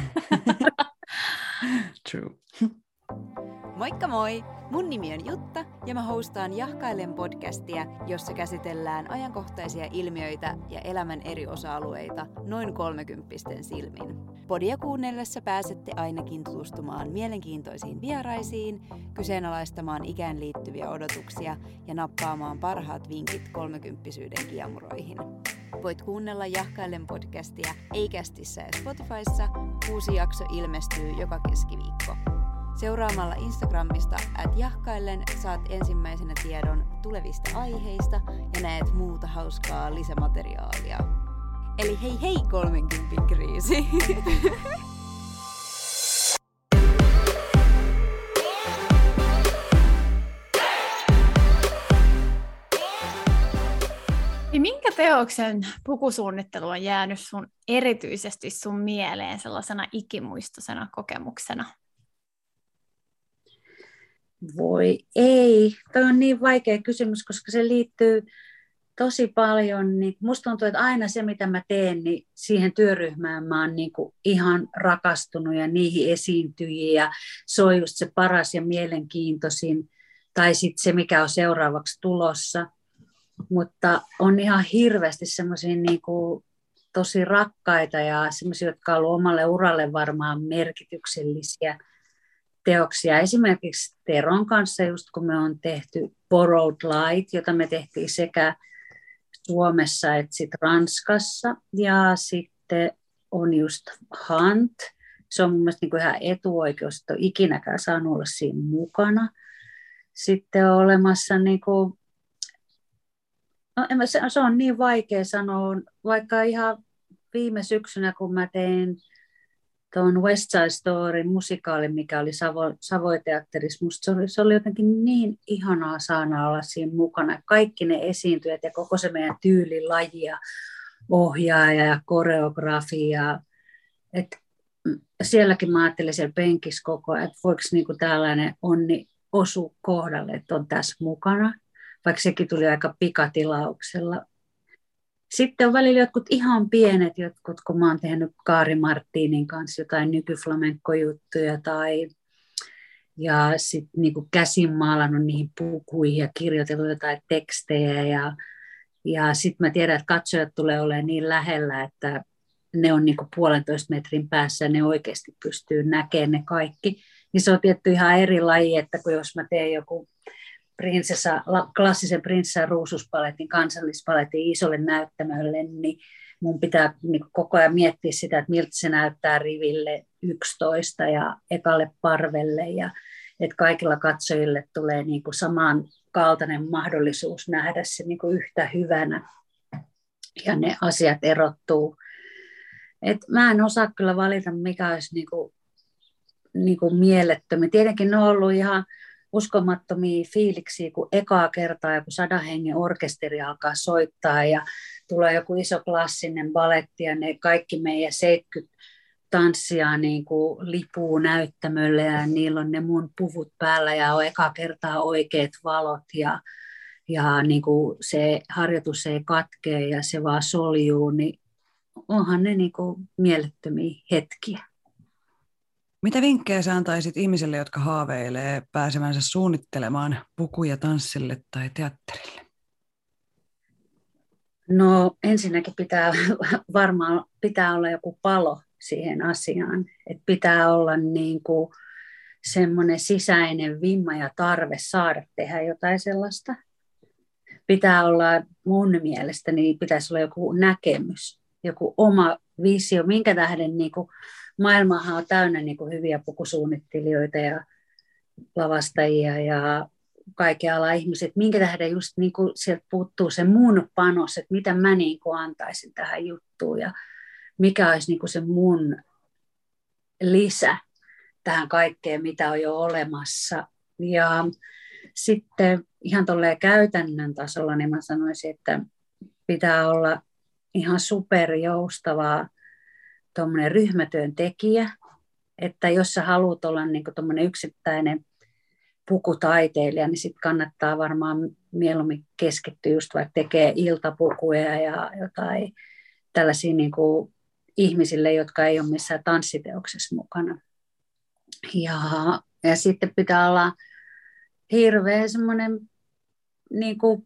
True. Moikka moi! Mun nimi on Jutta ja mä hostaan Jahkailen podcastia, jossa käsitellään ajankohtaisia ilmiöitä ja elämän eri osa-alueita noin 30-pisten silmin. Podia kuunnellessa pääsette ainakin tutustumaan mielenkiintoisiin vieraisiin, kyseenalaistamaan ikään liittyviä odotuksia ja nappaamaan parhaat vinkit 30-syyden kiemuroihin. Voit kuunnella Jahkailen podcastia Acastissa ja Spotifyssa. Uusi jakso ilmestyy joka keskiviikko. Seuraamalla Instagramista @jahkaillen saat ensimmäisenä tiedon tulevista aiheista ja näet muuta hauskaa lisämateriaalia. Eli hei 30 kriisi! Minkä teoksen pukusuunnittelu on jäänyt erityisesti sun mieleen sellaisena ikimuistoisena kokemuksena? Voi ei. Toi on niin vaikea kysymys, koska se liittyy tosi paljon. Niin musta tuntuu, että aina se, mitä mä teen, niin siihen työryhmään mä oon niin kuin ihan rakastunut ja niihin esiintyjiin. Ja se on just se paras ja mielenkiintoisin. Tai sitten se, mikä on seuraavaksi tulossa. Mutta on ihan hirveästi semmoisia niin kuin tosi rakkaita ja semmoisia, jotka on ollut omalle uralle varmaan merkityksellisiä teoksia. Esimerkiksi Teron kanssa, just kun me on tehty Borrowed Light, jota me tehtiin sekä Suomessa että sit Ranskassa. Ja sitten on just Hunt. Se on mun mielestä niin ihan etuoikeus, että on ikinäkään saanut olla siinä mukana. Sitten on olemassa, niin kuin, no, se on niin vaikea sanoa, vaikka ihan viime syksynä, kun mä tein tuon West Side Storyn musikaalin, mikä oli Savoy-teatterissa. Musta se oli jotenkin niin ihanaa saada olla siinä mukana. Kaikki ne esiintyjät ja koko se meidän tyylilaji ja ohjaaja ja koreografia. Et sielläkin mä ajattelin siellä penkissä koko ajan, että voiko niinku tällainen onni osua kohdalle, että on tässä mukana. Vaikka sekin tuli aika pikatilauksella. Sitten on välillä jotkut ihan pienet, kun mä oon tehnyt Kaari Martinin kanssa jotain nykyflamenco-juttuja ja sitten niinku käsin maalannut niihin pukuihin ja kirjoitellut jotain tekstejä. Ja sitten mä tiedän, että katsojat tulee olemaan niin lähellä, että ne on niinku 1,5 metrin päässä ja ne oikeasti pystyy näkemään ne kaikki. Niin se on tietty ihan eri laji, että kun jos mä teen joku klassisen prinsessan ruususpaletin, kansallispaletin isolle näyttämölle, niin mun pitää niin koko ajan miettiä sitä, että miltä se näyttää riville 11 ja ekalle parvelle, ja että kaikilla katsojille tulee niin kuin samankaltainen mahdollisuus nähdä se niin kuin yhtä hyvänä, ja ne asiat erottuu. Et mä en osaa kyllä valita, mikä olisi niin kuin mielettömiä. Tietenkin ne on ollut ihan uskomattomia fiiliksiä, kun ekaa kertaa joku 100 hengen orkesteri alkaa soittaa ja tulee joku iso klassinen baletti ja ne kaikki meidän 70 tanssia niin kuin lipuu näyttämölle ja niillä on ne mun puvut päällä ja on ekaa kertaa oikeat valot ja niin kuin se harjoitus ei katkee ja se vaan soljuu, niin onhan ne niin kuin mielettömiä hetkiä. Mitä vinkkejä sä antaisit ihmisille, jotka haaveilee pääsevänsä suunnittelemaan pukuja tanssille tai teatterille? No ensinnäkin varmaan pitää olla joku palo siihen asiaan. Et pitää olla niin kuin semmoinen sisäinen vimma ja tarve saada tehdä jotain sellaista. Pitää olla, mun mielestäni pitäisi olla joku näkemys, joku oma visio, minkä tähden niin kuin maailmahan on täynnä niin kuin hyviä pukusuunnittelijoita ja lavastajia ja kaiken alan ihmiset, minkä tähden just niin kuin sieltä puuttuu se mun panos, että mitä mä niin kuin antaisin tähän juttuun ja mikä olisi niin kuin se mun lisä tähän kaikkeen, mitä on jo olemassa. Ja sitten ihan tolleen käytännön tasolla, niin mä sanoisin, että pitää olla ihan superjoustavaa tuommoinen ryhmätyön tekijä, että jos sä haluat olla niin kuin tuommoinen yksittäinen pukutaiteilija, niin sitten kannattaa varmaan mieluummin keskittyä just vaikka tekee iltapukuja ja jotain tällaisia niin kuin ihmisille, jotka ei ole missään tanssiteoksessa mukana. Ja sitten pitää olla hirveä semmoinen, niin kuin,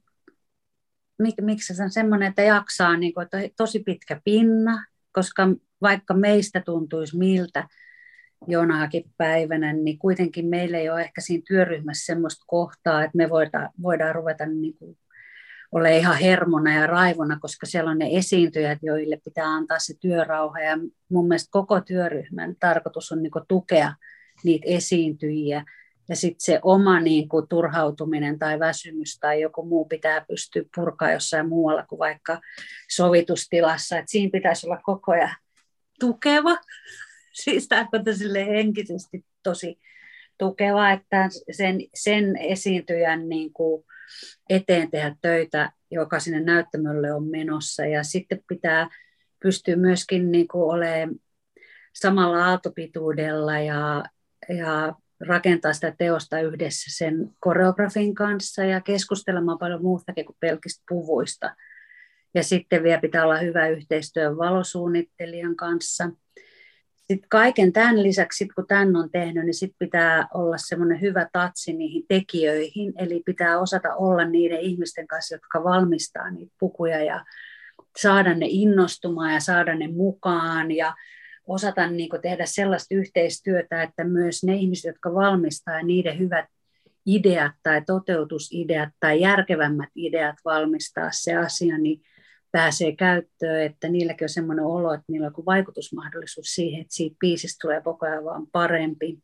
miksi se on semmoinen, että jaksaa niin kuin, että tosi pitkä pinna, koska vaikka meistä tuntuisi miltä jonakin päivänä, niin kuitenkin meillä ei ole ehkä siinä työryhmässä semmoista kohtaa, että me voidaan ruveta niin kuin olemaan ihan hermona ja raivona, koska siellä on ne esiintyjät, joille pitää antaa se työrauha. Ja mun mielestä koko työryhmän tarkoitus on niin kuin tukea niitä esiintyjiä. Ja sitten se oma niin kuin turhautuminen tai väsymys tai joku muu pitää pystyä purkaa jossain muualla kuin vaikka sovitustilassa. Et siinä pitäisi olla koko ajan tukeva. Siis tarkoitan sille henkisesti tosi tukeva, että sen esiintyjän niin kuin eteen tehdä töitä, joka sinne näyttämölle on menossa. Ja sitten pitää pystyä myöskin niin kuin olemaan samalla aaltopituudella ja rakentaa sitä teosta yhdessä sen koreografin kanssa ja keskustelemaan paljon muustakin kuin pelkistä puvuista. Ja sitten vielä pitää olla hyvä yhteistyö valosuunnittelijan kanssa. Sitten kaiken tämän lisäksi, kun tämän on tehnyt, niin sitten pitää olla semmoinen hyvä tatsi niihin tekijöihin. Eli pitää osata olla niiden ihmisten kanssa, jotka valmistaa niitä pukuja ja saada ne innostumaan ja saada ne mukaan ja osata niin kuin tehdä sellaista yhteistyötä, että myös ne ihmiset, jotka valmistaa ja niiden hyvät ideat tai toteutusideat tai järkevämmät ideat valmistaa se asia, niin pääsee käyttöön, että niilläkin on semmoinen olo, että niillä on joku vaikutusmahdollisuus siihen, että siitä biisistä tulee koko ajan vaan parempi.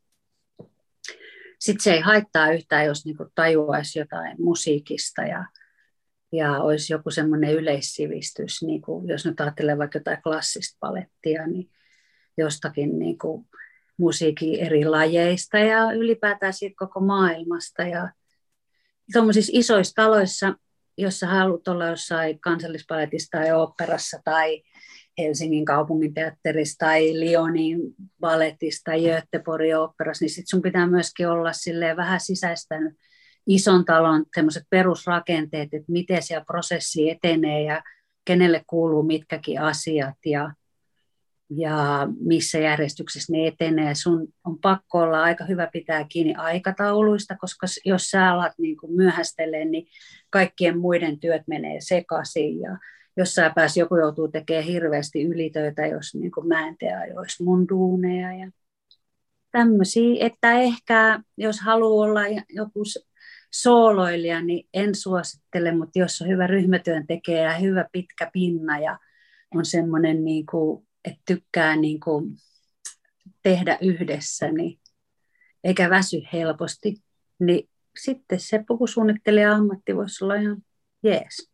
Sitten se ei haittaa yhtään, jos niinku tajuaisi jotain musiikista ja olisi joku semmoinen yleissivistys, niin kuin jos nyt ajattelee vaikka jotain klassista palettia, niin jostakin niin kuin musiikin eri lajeista ja ylipäätään siitä koko maailmasta. Ja tuollaisissa isoissa taloissa, jos sä haluat olla jossain kansallispaletissa tai oopperassa tai Helsingin kaupunginteatterissa tai Lyonin balletissa tai Göteborgin oopperassa, niin sit sun pitää myöskin olla silleen vähän sisäistänyt ison talon semmoiset perusrakenteet, että miten siellä prosessi etenee ja kenelle kuuluu mitkäkin asiat ja missä järjestyksessä ne etenee. Sun on pakko olla aika hyvä pitää kiinni aikatauluista, koska jos sä alat niin kuin myöhästelee, niin kaikkien muiden työt menee sekaisin. Ja jossain päässä joku joutuu tekemään hirveästi ylitöitä, jos niin kuin mä en tee ajoissa mun duuneja. Ja tämmöisiä, että ehkä jos haluaa olla joku sooloilija, niin en suosittele, mutta jos on hyvä ryhmätyöntekijä ja hyvä pitkä pinna ja on semmoinen niin kuin että tykkää niin kuin tehdä yhdessä, niin, eikä väsy helposti, niin sitten se pukusuunnittelija-ammatti voisi olla ihan jees.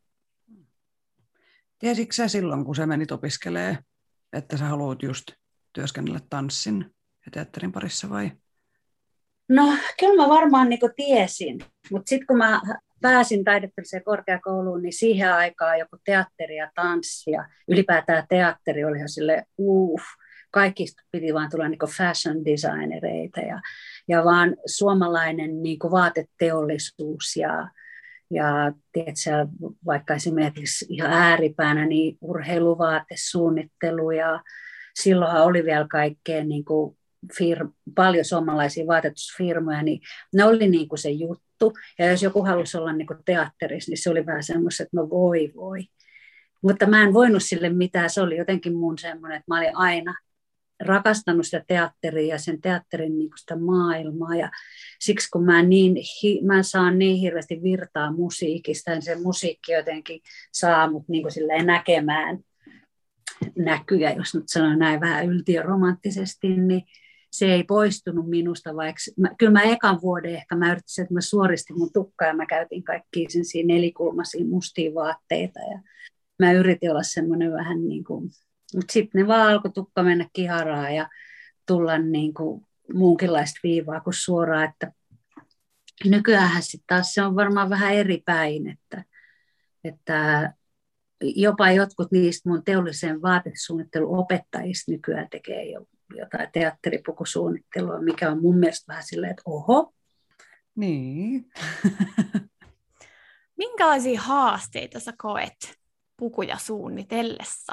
Tiesitkö sä silloin, kun sä menit opiskelemaan, että sä haluat just työskennellä tanssin ja teatterin parissa vai? No kyllä mä varmaan niin kuin tiesin, mutta sitten kun mä pääsin taidetteelliseen korkeakouluun, niin siihen aikaan joku teatteri ja tanssi ja ylipäätään teatteri oli ihan silleen kaikista piti vaan tulla niin kuin fashion designereita ja vaan suomalainen niin kuin vaateteollisuus ja tiedätkö, vaikka esimerkiksi ihan ääripäänä niin urheiluvaatesuunnittelu ja silloinhan oli vielä kaikkea niin kuin paljon suomalaisia vaatetusfirmoja, niin ne oli niin kuin se juttu. Ja jos joku halusi olla niin kuin teatterissa, niin se oli vähän semmoista, että no voi. Mutta mä en voinut sille mitään, se oli jotenkin mun semmoinen, että mä olin aina rakastanut sitä teatteria ja sen teatterin niin kuin sitä maailmaa. Ja siksi kun mä saan niin hirveästi virtaa musiikista, niin se musiikki jotenkin saa mut niin kuin silleen näkemään näkyjä, jos nyt sanon näin vähän yltiöromanttisesti, niin se ei poistunut minusta, vaikka kyllä mä ekan vuoden ehkä mä yritin, että mä suoristin mun tukkaa ja mä käytin kaikkia sen nelikulmaisia mustia vaatteita ja mä yritin olla semmoinen vähän niin kuin, mutta sitten ne vaan alkoi tukka mennä kiharaan ja tulla niin kuin muunkinlaista viivaa kuin suoraan, että nykyäänhän sitten taas se on varmaan vähän eri päin, että jopa jotkut niistä mun teollisen vaatesuunnitteluopettajista nykyään tekee jo jotain teatteripukusuunnittelua, mikä on mun mielestä vähän silleen, että oho. Niin. Minkälaisia haasteita sä koet pukuja suunnitellessa?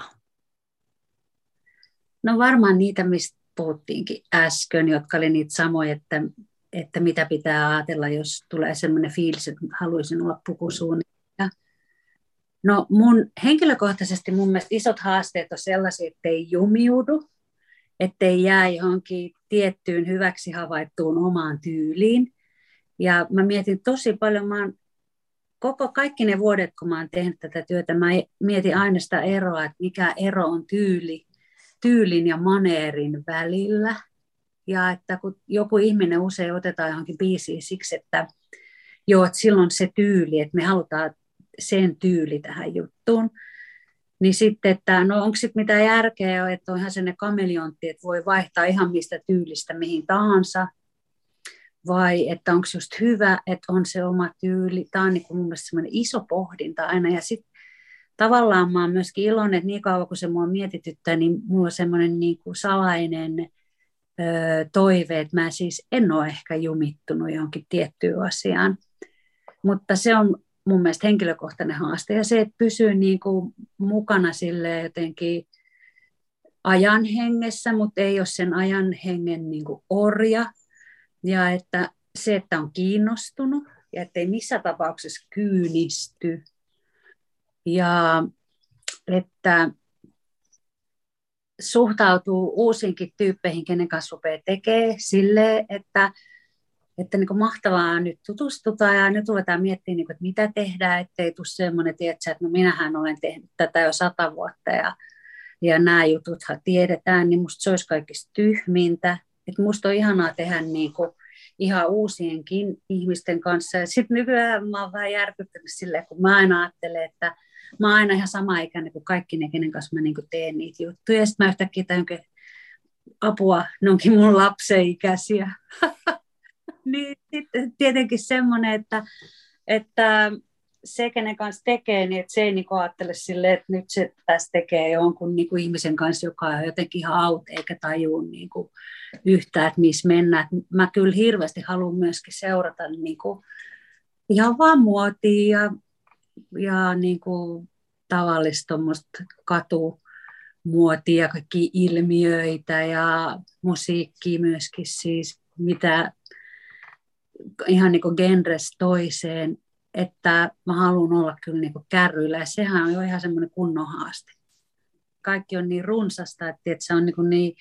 No varmaan niitä, mistä puhuttiinkin äsken, jotka oli niitä samoja, että mitä pitää ajatella, jos tulee sellainen fiilis, että haluaisin olla pukusuunnittelija. No henkilökohtaisesti mun mielestä isot haasteet on sellaisia, että ei jumiudu, ettei jää johonkin tiettyyn hyväksi havaittuun omaan tyyliin. Ja mä mietin tosi paljon, kaikki ne vuodet, kun mä oon tehnyt tätä työtä, mä mietin aina sitä eroa, että mikä ero on tyylin ja maneerin välillä. Ja että kun joku ihminen usein otetaan johonkin biisiin siksi, että silloin se tyyli, että me halutaan sen tyyli tähän juttuun. Niin sitten, että no onko sitten mitään järkeä, että on ihan sellainen kameleontti, että voi vaihtaa ihan mistä tyylistä mihin tahansa. Vai että onko just hyvä, että on se oma tyyli. Tämä on niin kuin mun mielestä semmoinen iso pohdinta aina. Ja sitten tavallaan mä oon myöskin iloinen, että niin kauan kun se mua mietityttää, niin mulla on semmoinen niin kuin salainen toive, että mä siis en ole ehkä jumittunut johonkin tiettyyn asiaan. Mutta se on mun mielestä henkilökohtainen haaste. Ja se, että pysyy niin kuin mukana sille jotenkin ajan hengessä, mutta ei ole sen ajan hengen niin kuin orja. Ja että se, että on kiinnostunut ja ettei missään tapauksessa kyynisty. Ja että suhtautuu uusinkin tyyppeihin, kenen kanssa rupeaa tekemään silleen, että niin kuin mahtavaa nyt tutustutaan ja nyt ruvetaan miettimään, niin kuin, että mitä tehdään, ettei tule semmoinen, että no minähän olen tehnyt tätä jo 100 vuotta ja nämä jututhan tiedetään, niin musta se olisi kaikista tyhmintä. Että musta on ihanaa tehdä niin kuin ihan uusienkin ihmisten kanssa. Ja sitten nykyään mä oon vähän järkyttänyt silleen, kun mä aina ajattelen, että mä oon aina ihan sama ikäinen kuin kaikki ne, kenen kanssa mä niin kuin teen niitä juttuja. Ja sitten mä yhtäkkiä tajunkin, apua, ne onkin mun lapsen ikäisiä. Niin sitten tietenkin semmoinen, että se, kenen kanssa tekee, niin että se ei niin ajattele silleen, että nyt se tässä tekee jonkun niin kuin ihmisen kanssa, joka on jotenkin ihan out, eikä tajua niin kuin yhtään, että missä mennään. Mä kyllä hirveästi haluan myöskin seurata niin kuin ihan vaan muotia ja niin kuin tavallista katumuotia ja kaikkia ilmiöitä ja musiikkia myöskin siis, mitä ihan niin kuin genres toiseen, että mä haluan olla kyllä niin kuin kärryillä, ja sehän on jo ihan semmoinen kunnon haaste. Kaikki on niin runsasta, että se on niin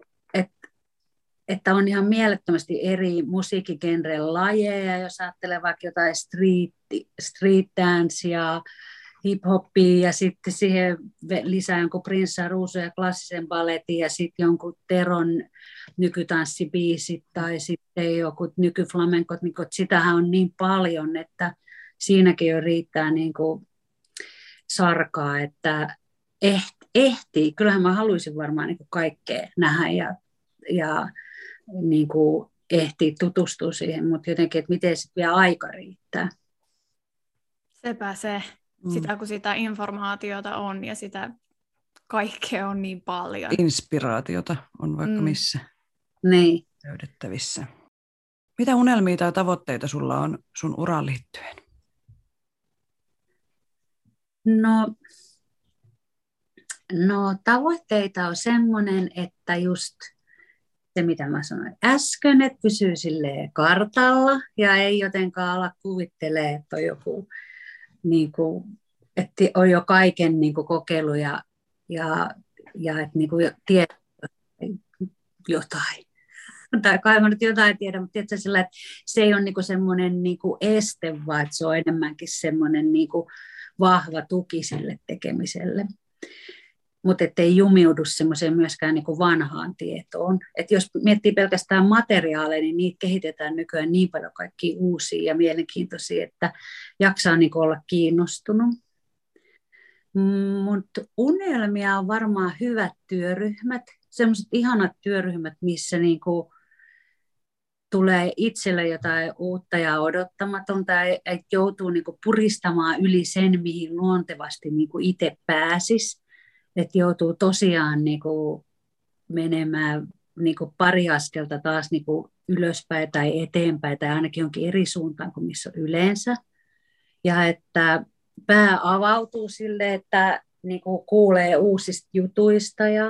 että on ihan mielettömästi eri musiikkigenren lajeja, jos ajattelee vaikka jotain street dance ja hip-hoppia, ja sitten siihen lisää jonkun Prinssan Ruusu ja klassisen balletin, ja sitten jonkun Teron nykytanssibiisit, tai sitten joku nykyflamenkot, niin sitähän on niin paljon, että siinäkin jo riittää niin kuin sarkaa, että ehtii. Kyllähän mä haluaisin varmaan niin kuin kaikkea nähdä ja niin kuin ehtii tutustua siihen, mutta jotenkin, että miten sitten vielä aika riittää. Sepä se. Sitä kun sitä informaatiota on ja sitä kaikkea on niin paljon. Inspiraatiota on vaikka missä niin löydettävissä. Mitä unelmia tai tavoitteita sulla on sun uraan liittyen? No tavoitteita on semmoinen, että just se, mitä mä sanoin äsken, että pysyy silleen kartalla ja ei jotenkaan ala kuvittelee, että on joku, niin kuin, että on jo kaiken niin kuin kokeilu ja että niin kuin tiedät jotain. Tai kai mä nyt jotain tiedä, mutta tiedätkö, sillä, että se ei ole niin kuin semmoinen niin kuin este, vaan että se on enemmänkin semmoinen niin kuin vahva tuki sille tekemiselle. Mutta ettei jumiudu semmoiseen myöskään niin kuin vanhaan tietoon. Et jos miettii pelkästään materiaaleja, niin niitä kehitetään nykyään niin paljon kaikkia uusia ja mielenkiintoisia, että jaksaa niin kuin olla kiinnostunut. Mutta unelmia on varmaan hyvät työryhmät, semmoiset ihanat työryhmät, missä niin kuin tulee itselle jotain uutta ja odottamatonta, että joutuu niin kuin puristamaan yli sen, mihin luontevasti niin kuin itse pääsisi. Että joutuu tosiaan niin kuin menemään niin kuin pari askelta taas niin kuin ylöspäin tai eteenpäin tai ainakin jonkin eri suuntaan kuin missä on yleensä. Ja että pää avautuu sille, että niin kuin kuulee uusista jutuista ja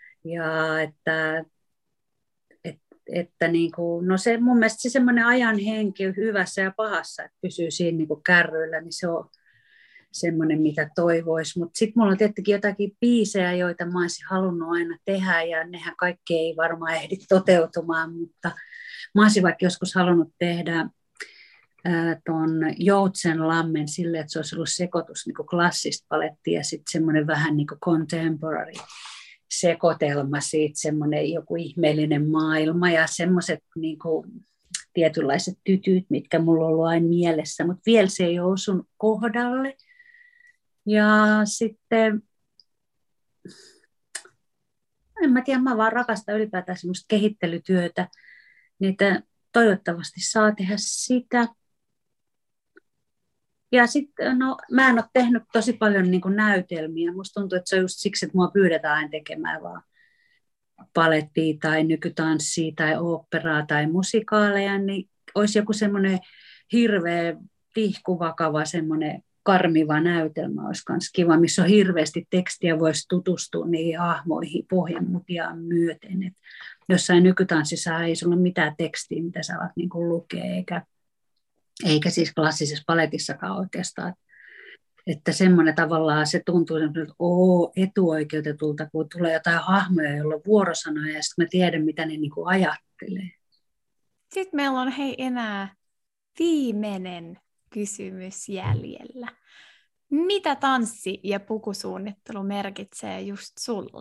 että niin kuin, no se mun mielestä se semmoinen ajan henki hyvässä ja pahassa, että pysyy siinä niin kuin kärryillä, niin se on semmoinen, mitä toivoisi. Mutta sitten mulla on tietenkin jotakin biisejä, joita mä olisin halunnut aina tehdä, ja nehän kaikki ei varmaan ehdi toteutumaan, mutta mä olisin vaikka joskus halunnut tehdä tuon Joutsenlammen silleen, että se olisi ollut sekoitus niin kuin klassista palettia ja sitten semmoinen vähän niin kuin contemporary sekoitelma siitä, semmoinen joku ihmeellinen maailma ja semmoiset niin kuin tietynlaiset tytyt, mitkä mulla on ollut aina mielessä, mutta vielä se ei ole osunut kohdalle. Ja sitten, en mä tiedä, mä vaan rakastan ylipäätään semmoista kehittelytyötä, niitä toivottavasti saa tehdä sitä. Ja sitten, no, mä en ole tehnyt tosi paljon niin kuin näytelmiä. Musta tuntuu, että se on just siksi, että mua pyydetään aina tekemään vaan palettia tai nykytanssia tai oopperaa tai musikaaleja, niin olisi joku semmoinen hirveä, tihkuvakava, semmoinen karmiva näytelmä olisi myös kiva, missä on hirveästi tekstiä, voisi tutustua niihin hahmoihin pohjanmutiaan myöten. Et jossain nykytanssissa ei sulla ole mitään tekstiä, mitä sä alat niin kuin lukea, eikä siis klassisessa paletissakaan oikeastaan. Että semmoinen tavallaan se tuntuu etuoikeutetulta, kun tulee jotain hahmoja, joilla on vuorosanoja, ja sitten mä tiedän, mitä ne niin kuin ajattelee. Sitten meillä on enää viimeinen kysymys jäljellä. Mitä tanssi- ja pukusuunnittelu merkitsee just sulle?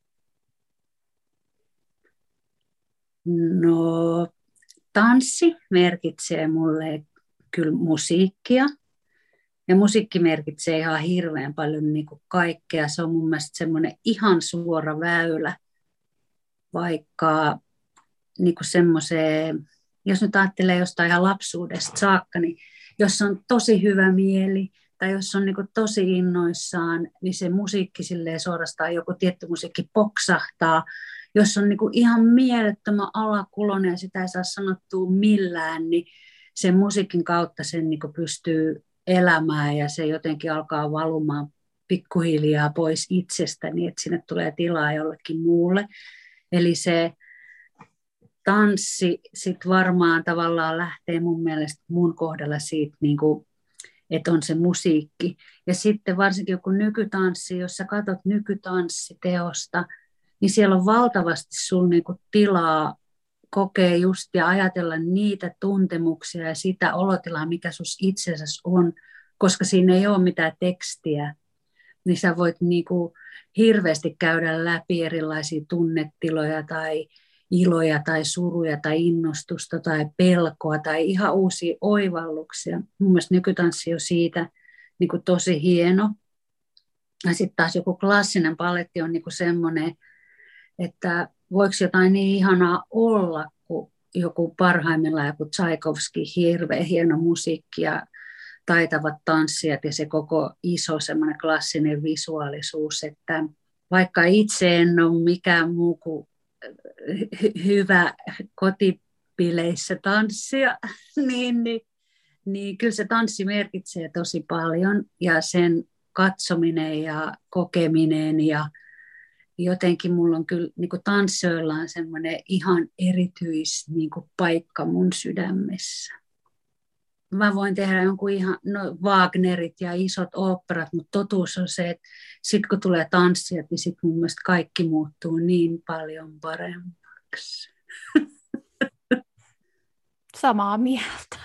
No, tanssi merkitsee mulle kyllä musiikkia. Ja musiikki merkitsee ihan hirveän paljon niin kuin kaikkea. Se on mun mielestä semmoinen ihan suora väylä, vaikka niin kuin semmoiseen, jos nyt ajattelee jostain ihan lapsuudesta saakka, niin jos on tosi hyvä mieli tai jos on niin kuin tosi innoissaan, niin se musiikki silleen suorastaan joku tietty musiikki poksahtaa. Jos on niin kuin ihan mielettömän alakuloinen ja sitä ei saa sanottua millään, niin sen musiikin kautta sen niin kuin pystyy elämään ja se jotenkin alkaa valumaan pikkuhiljaa pois itsestä niin, että sinne tulee tilaa jollekin muulle. Eli se tanssi sit varmaan tavallaan lähtee mun mielestä mun kohdalla siitä, niin kuin, että on se musiikki. Ja sitten varsinkin joku nykytanssi, jos sä katsot nykytanssiteosta, niin siellä on valtavasti sun niin kuin tilaa kokea just ja ajatella niitä tuntemuksia ja sitä olotilaa, mikä sus itsessäsi on, koska siinä ei ole mitään tekstiä, niin sä voit niinku hirveästi käydä läpi erilaisia tunnetiloja tai iloja tai suruja tai innostusta tai pelkoa tai ihan uusia oivalluksia. Mun mielestä nykytanssi on siitä niinku tosi hieno. Ja sitten taas joku klassinen paletti on niinku semmoinen, että voiko jotain niin ihanaa olla kuin joku parhaimmillaan joku Tchaikovsky, hirveän hieno musiikki ja taitavat tanssijat ja se koko iso semmoinen klassinen visuaalisuus, että vaikka itse en ole mikään muu kuin hyvä kotipileissä tanssia, niin kyllä se tanssi merkitsee tosi paljon ja sen katsominen ja kokeminen jotenkin mulla on kyllä niin kuin tanssijoilla on semmoinen ihan niin kuin paikka mun sydämessä. Mä voin tehdä jonkun ihan, Wagnerit ja isot oopperat, mutta totuus on se, että sit kun tulee tanssijat, niin sit mun mielestä kaikki muuttuu niin paljon paremmaksi. Samaa mieltä.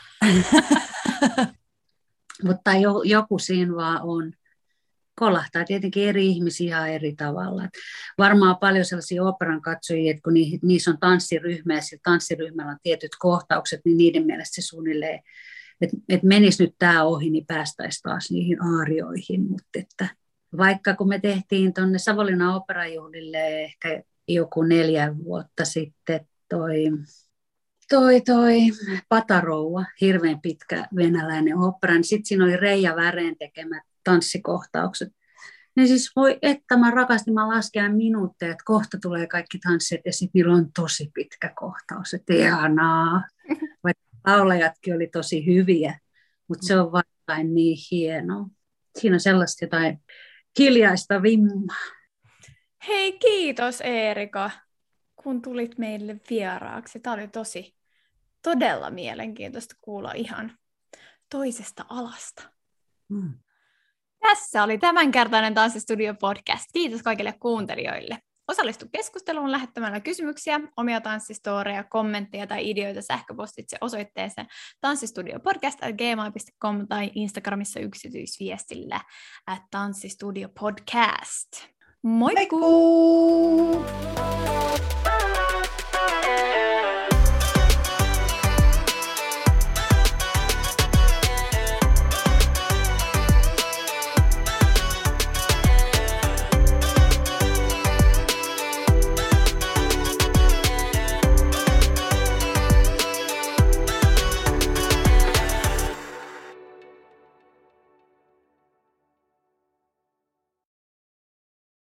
Mutta joku siinä vaan on. Kolahtaa tietenkin eri ihmisiä ihan eri tavalla. Varmaan paljon sellaisia oopperan katsojia, että kun niissä on tanssiryhmä ja sillä tanssiryhmällä on tietyt kohtaukset, niin niiden mielestä se suunnilleen, että menisi nyt tämä ohi, niin päästäisiin taas niihin aarioihin. Mutta että vaikka kun me tehtiin tuonne Savonlinnan oopperajuhlille ehkä joku 4 vuotta sitten toi Patarouva, hirveän pitkä venäläinen ooppera, niin sitten siinä oli Reija Väreen tekemät tanssikohtaukset. Niin siis voi että mä rakastin, mä lasken minuutteja, että kohta tulee kaikki tanssit ja sitten niillä on tosi pitkä kohtaus, että ihanaa. Vaikka laulajatkin oli tosi hyviä, mutta se on vain niin hienoa. Siinä on sellaista jotain hiljaista vimmaa. Hei, kiitos Eerika, kun tulit meille vieraaksi. Tämä oli todella mielenkiintoista kuulla ihan toisesta alasta. Tässä oli tämänkertainen Tanssistudio-podcast. Kiitos kaikille kuuntelijoille. Osallistu keskusteluun lähettämällä kysymyksiä, omia tanssistoreja, kommentteja tai ideoita sähköpostitse osoitteeseen tanssistudiopodcast@gmail.com tai Instagramissa yksityisviestillä @tanssistudiopodcast. Moikkuu!